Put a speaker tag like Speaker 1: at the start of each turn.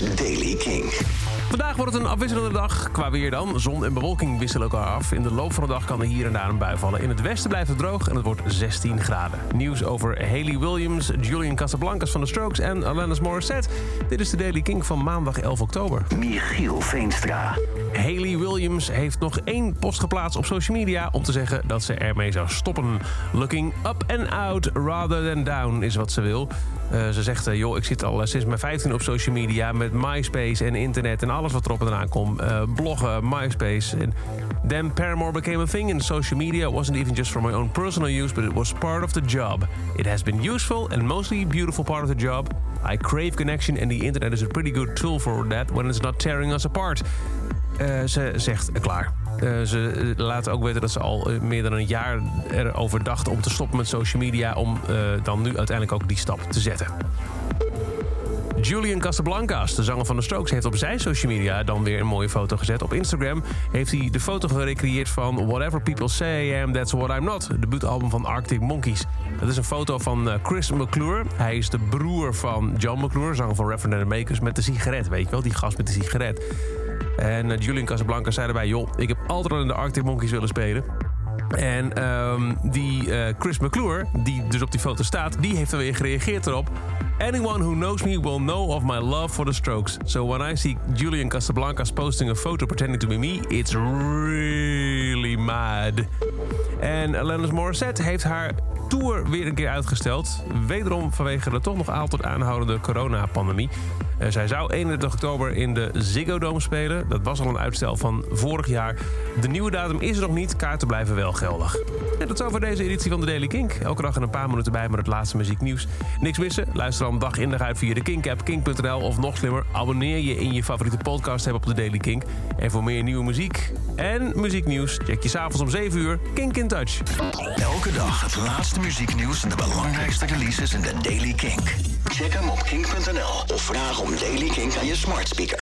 Speaker 1: Daily King.
Speaker 2: Vandaag wordt het een afwisselende dag. Qua weer dan. Zon en bewolking wisselen elkaar af. In de loop van de dag kan er hier en daar een bui vallen. In het westen blijft het droog en het wordt 16 graden. Nieuws over Hayley Williams, Julian Casablancas van The Strokes en Alanis Morissette. Dit is de Daily King van maandag 11 oktober.
Speaker 1: Michiel Veenstra.
Speaker 2: Hayley Williams heeft nog 1 post geplaatst op social media om te zeggen dat ze ermee zou stoppen. Looking up and out rather than down is wat ze wil. Ze zegt, joh, ik zit al sinds mijn 15 op social media met MySpace en internet en alles wat erop en eraan komt. Bloggen, MySpace. Then Paramore became a thing in social media. It wasn't even just for my own personal use, but it was part of the job. It has been useful and mostly a beautiful part of the job. I crave connection and the internet is a pretty good tool for that when it's not tearing us apart. Ze zegt klaar. Ze laat ook weten dat ze al meer dan een jaar erover dacht om te stoppen met social media, om dan nu uiteindelijk ook die stap te zetten. Julian Casablancas, de zanger van The Strokes, heeft op zijn social media dan weer een mooie foto gezet. Op Instagram heeft hij de foto gerecreëerd van Whatever People Say I Am, That's What I'm Not, de debuutalbum van Arctic Monkeys. Dat is een foto van Chris McClure. Hij is de broer van John McClure, zanger van Reverend and the Makers, met de sigaret, weet je wel, die gast met de sigaret. En Julian Casablancas zei erbij, joh, ik heb altijd al in de Arctic Monkeys willen spelen. En die Chris McClure, die dus op die foto staat, die heeft er weer gereageerd erop. Anyone who knows me will know of my love for The Strokes. So when I see Julian Casablancas posting a photo pretending to be me, it's really mad. En Alanis Morissette heeft haar tour weer een keer uitgesteld. Wederom vanwege de toch nog altijd aanhoudende coronapandemie. Zij zou 31 oktober in de Ziggo Dome spelen. Dat was al een uitstel van vorig jaar. De nieuwe datum is er nog niet. Kaarten blijven wel geldig. En tot zover deze editie van de Daily Kink. Elke dag een paar minuten bij met het laatste muzieknieuws. Niks missen? Luister dan dag in dag uit via de Kink-app, kink.nl of nog slimmer, abonneer je in je favoriete podcast op de Daily Kink. En voor meer nieuwe muziek en muzieknieuws check je 's avonds om 7 uur Kink in Touch.
Speaker 1: Elke dag het laatste muzieknieuws en de belangrijkste releases in de Daily Kink. Check hem op kink.nl of vraag om Daily Kink aan je smart speaker.